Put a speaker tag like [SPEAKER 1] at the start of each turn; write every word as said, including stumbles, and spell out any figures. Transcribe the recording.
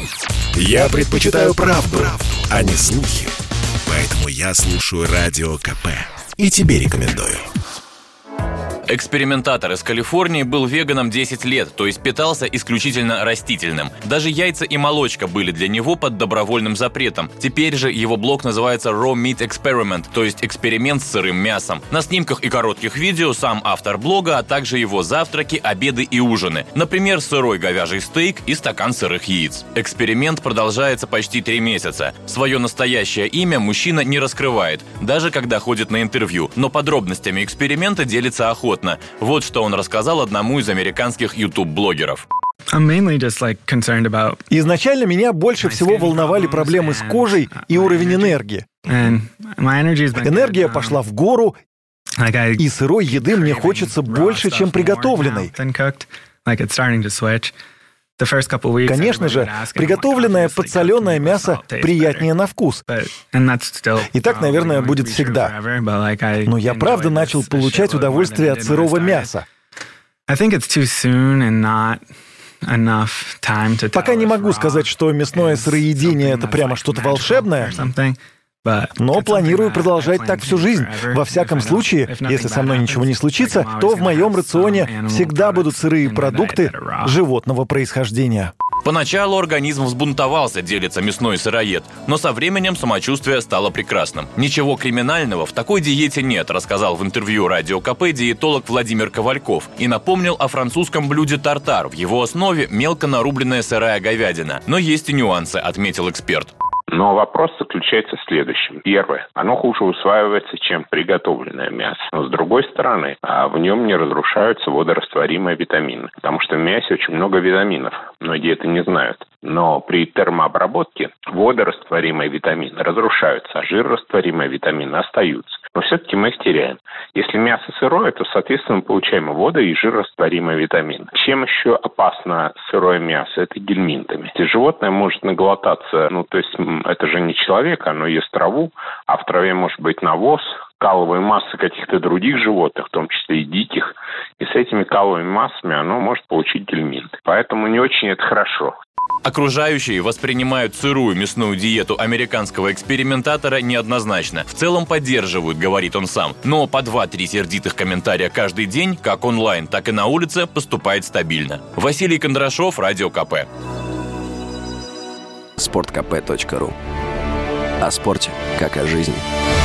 [SPEAKER 1] Я предпочитаю правду, правду, а не слухи. Поэтому я слушаю Радио КП. И тебе рекомендую.
[SPEAKER 2] Экспериментатор из Калифорнии был веганом десять лет, то есть питался исключительно растительным. Даже яйца и молочка были для него под добровольным запретом. Теперь же его блог называется Raw Meat Experiment, то есть эксперимент с сырым мясом. На снимках и коротких видео сам автор блога, а также его завтраки, обеды и ужины. Например, сырой говяжий стейк и стакан сырых яиц. Эксперимент продолжается почти три месяца. Свое настоящее имя мужчина не раскрывает, даже когда ходит на интервью, но подробностями эксперимента делится охотно. Вот что он рассказал одному из американских YouTube-блогеров.
[SPEAKER 3] Изначально меня больше всего волновали проблемы с кожей и уровень энергии. Энергия пошла в гору, и сырой еды мне хочется больше, чем приготовленной. Конечно же, приготовленное подсоленое мясо приятнее на вкус. И так, наверное, будет всегда. Но я правда начал получать удовольствие от сырого мяса. Пока не могу сказать, что мясное сыроедение — это прямо что-то волшебное, но планирую продолжать так всю жизнь. Во всяком случае, если со мной ничего не случится, то в моем рационе всегда будут сырые продукты животного происхождения.
[SPEAKER 2] Поначалу организм взбунтовался, делится мясной сыроед, но со временем самочувствие стало прекрасным. Ничего криминального в такой диете нет, рассказал в интервью Радио КП диетолог Владимир Ковальков и напомнил о французском блюде тартар. В его основе мелко нарубленная сырая говядина. Но есть и нюансы, отметил эксперт.
[SPEAKER 4] Но вопрос заключается в следующем. Первое. Оно хуже усваивается, чем приготовленное мясо. Но с другой стороны, в нем не разрушаются водорастворимые витамины. Потому что в мясе очень много витаминов. Многие это не знают. Но при термообработке водорастворимые витамины разрушаются, а жирорастворимые витамины остаются. Но все-таки мы их теряем. Если мясо сырое, то, соответственно, мы получаем водо и жирорастворимые витамины. Чем еще опасно сырое мясо? Это гельминтами. Если животное может наглотаться, ну, то есть это же не человек, оно ест траву, а в траве может быть навоз, каловые массы каких-то других животных, в том числе и диких, и с этими каловыми массами оно может получить гельминты. Поэтому не очень это хорошо.
[SPEAKER 2] Окружающие воспринимают сырую мясную диету американского экспериментатора неоднозначно. В целом поддерживают, говорит он сам. Но по два-три сердитых комментария каждый день, как онлайн, так и на улице, поступает стабильно. Василий Кондрашов, Радио КП.
[SPEAKER 5] спорт кэ пэ точка ру. О спорте, как о жизни.